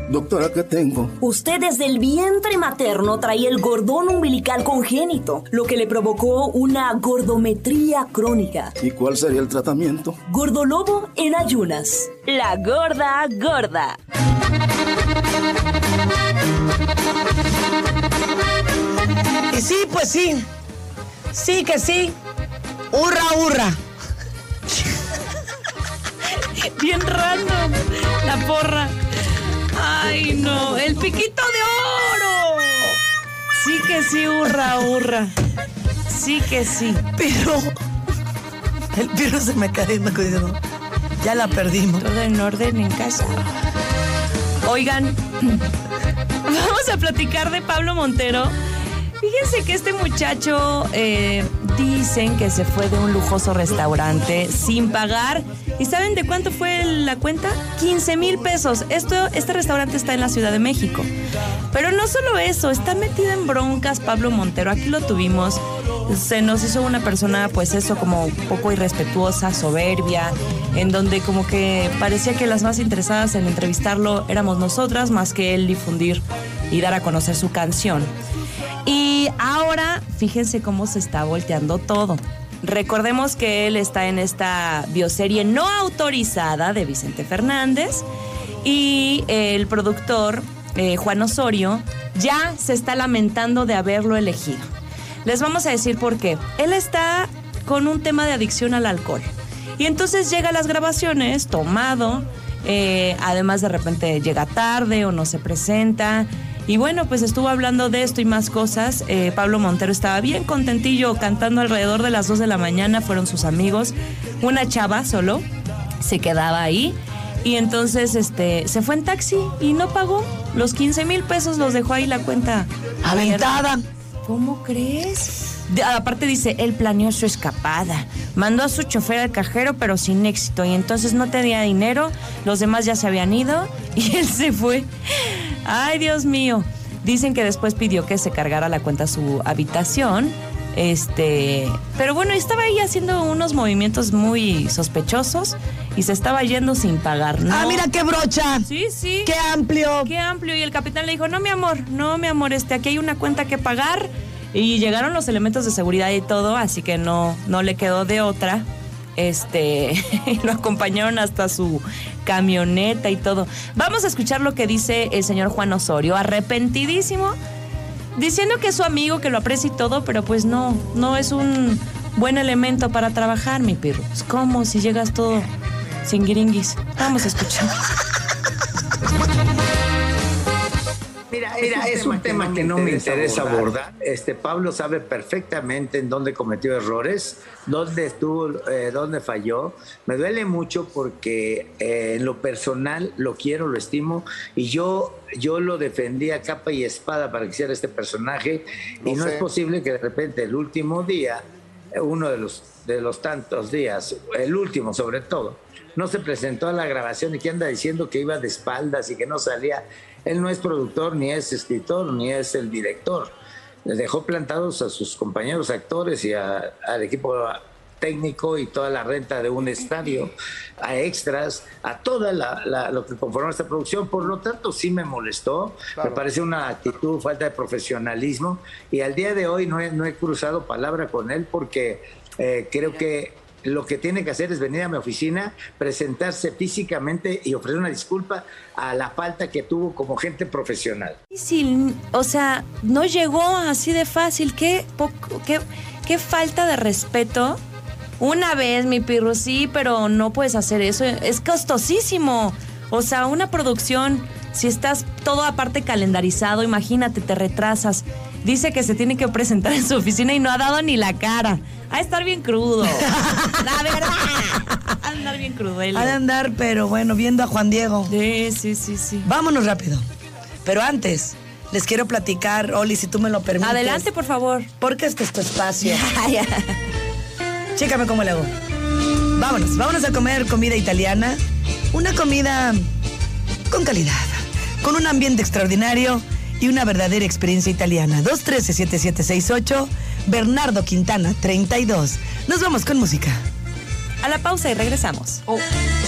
Doctora, ¿qué tengo? Usted desde el vientre materno traía el gordón umbilical congénito, lo que le provocó una gordometría crónica. ¿Y cuál sería el tratamiento? Gordolobo en ayunas. La gorda gorda. Y sí, pues sí. Sí que sí. Hurra, hurra. Bien random. La porra. Ay, no. El piquito de oro. Sí que sí, hurra, hurra. Sí que sí. Pero el perro se me cae, me acuerdo. Ya la perdimos. Todo en orden en casa. Oigan, vamos a platicar de Pablo Montero. Fíjense que este muchacho dicen que se fue de un lujoso restaurante sin pagar. ¿Y saben de cuánto fue la cuenta? 15,000 pesos. Este restaurante está en la Ciudad de México. Pero no solo eso, está metido en broncas Pablo Montero. Aquí lo tuvimos. Se nos hizo una persona, pues eso, como un poco irrespetuosa, soberbia, en donde como que parecía que las más interesadas en entrevistarlo éramos nosotras, más que él difundir y dar a conocer su canción. Y ahora, fíjense cómo se está volteando todo. Recordemos que él está en esta bioserie no autorizada de Vicente Fernández y el productor, Juan Osorio, ya se está lamentando de haberlo elegido. Les vamos a decir por qué. Él está con un tema de adicción al alcohol. Y entonces llega a las grabaciones tomado, además de repente llega tarde o no se presenta. Y bueno, pues estuvo hablando de esto y más cosas. Pablo Montero estaba bien contentillo cantando alrededor de las 2 de la mañana. Fueron sus amigos. Una chava solo se quedaba ahí. Y entonces se fue en taxi y no pagó. Los 15,000 pesos los dejó ahí la cuenta Aventada. ¿Cómo crees? Aparte dice, él planeó su escapada. Mandó a su chofer al cajero, pero sin éxito. Y entonces no tenía dinero. Los demás ya se habían ido. Y él se fue. Ay, Dios mío. Dicen que después pidió que se cargara la cuenta a su habitación. Pero bueno, estaba ahí haciendo unos movimientos muy sospechosos. Y se estaba yendo sin pagar, ¿no? Ah, mira qué brocha. Sí, sí. Qué amplio. Qué amplio. Y el capitán le dijo, no, mi amor, aquí hay una cuenta que pagar. Y llegaron los elementos de seguridad y todo, así que no le quedó de otra. Lo acompañaron hasta su camioneta y todo. Vamos a escuchar lo que dice el señor Juan Osorio, arrepentidísimo, diciendo que es su amigo, que lo aprecia y todo, pero pues no es un buen elemento para trabajar, mi pirro. Es como si llegas todo sin guiringuis. Vamos a escuchar. Mira, es un tema que no me interesa abordar. Pablo sabe perfectamente en dónde cometió errores, dónde falló. Me duele mucho porque en lo personal lo quiero, lo estimo, y yo lo defendí a capa y espada para que hiciera este personaje. Y no es posible que de repente el último día, uno de los tantos días, el último sobre todo, no se presentó a la grabación y que anda diciendo que iba de espaldas y que no salía. Él no es productor, ni es escritor, ni es el director. Les dejó plantados a sus compañeros actores y al equipo técnico y toda la renta de un estadio, a extras, a toda lo que conformó esta producción. Por lo tanto, sí me molestó. Claro. Me parece una actitud, falta de profesionalismo. Y al día de hoy no he cruzado palabra con él porque creo que lo que tiene que hacer es venir a mi oficina, presentarse físicamente y ofrecer una disculpa a la falta que tuvo como gente profesional. Sí, o sea, no llegó así de fácil. Qué falta de respeto. Una vez, mi pirro, sí, pero no puedes hacer eso. Es costosísimo. O sea, una producción, si estás todo aparte calendarizado, imagínate, te retrasas. Dice que se tiene que presentar en su oficina y no ha dado ni la cara. Ha de estar bien crudo. La verdad. Ha de andar bien crudo. Ha de andar, pero bueno, viendo a Juan Diego. Sí. Vámonos rápido. Pero antes, les quiero platicar, Oli, si tú me lo permites. Adelante, por favor. Porque este es tu espacio. Chécame cómo le hago. Vámonos a comer comida italiana. Una comida con calidad, con un ambiente extraordinario y una verdadera experiencia italiana. 213-7768, Bernardo Quintana, 32. Nos vamos con música. A la pausa y regresamos.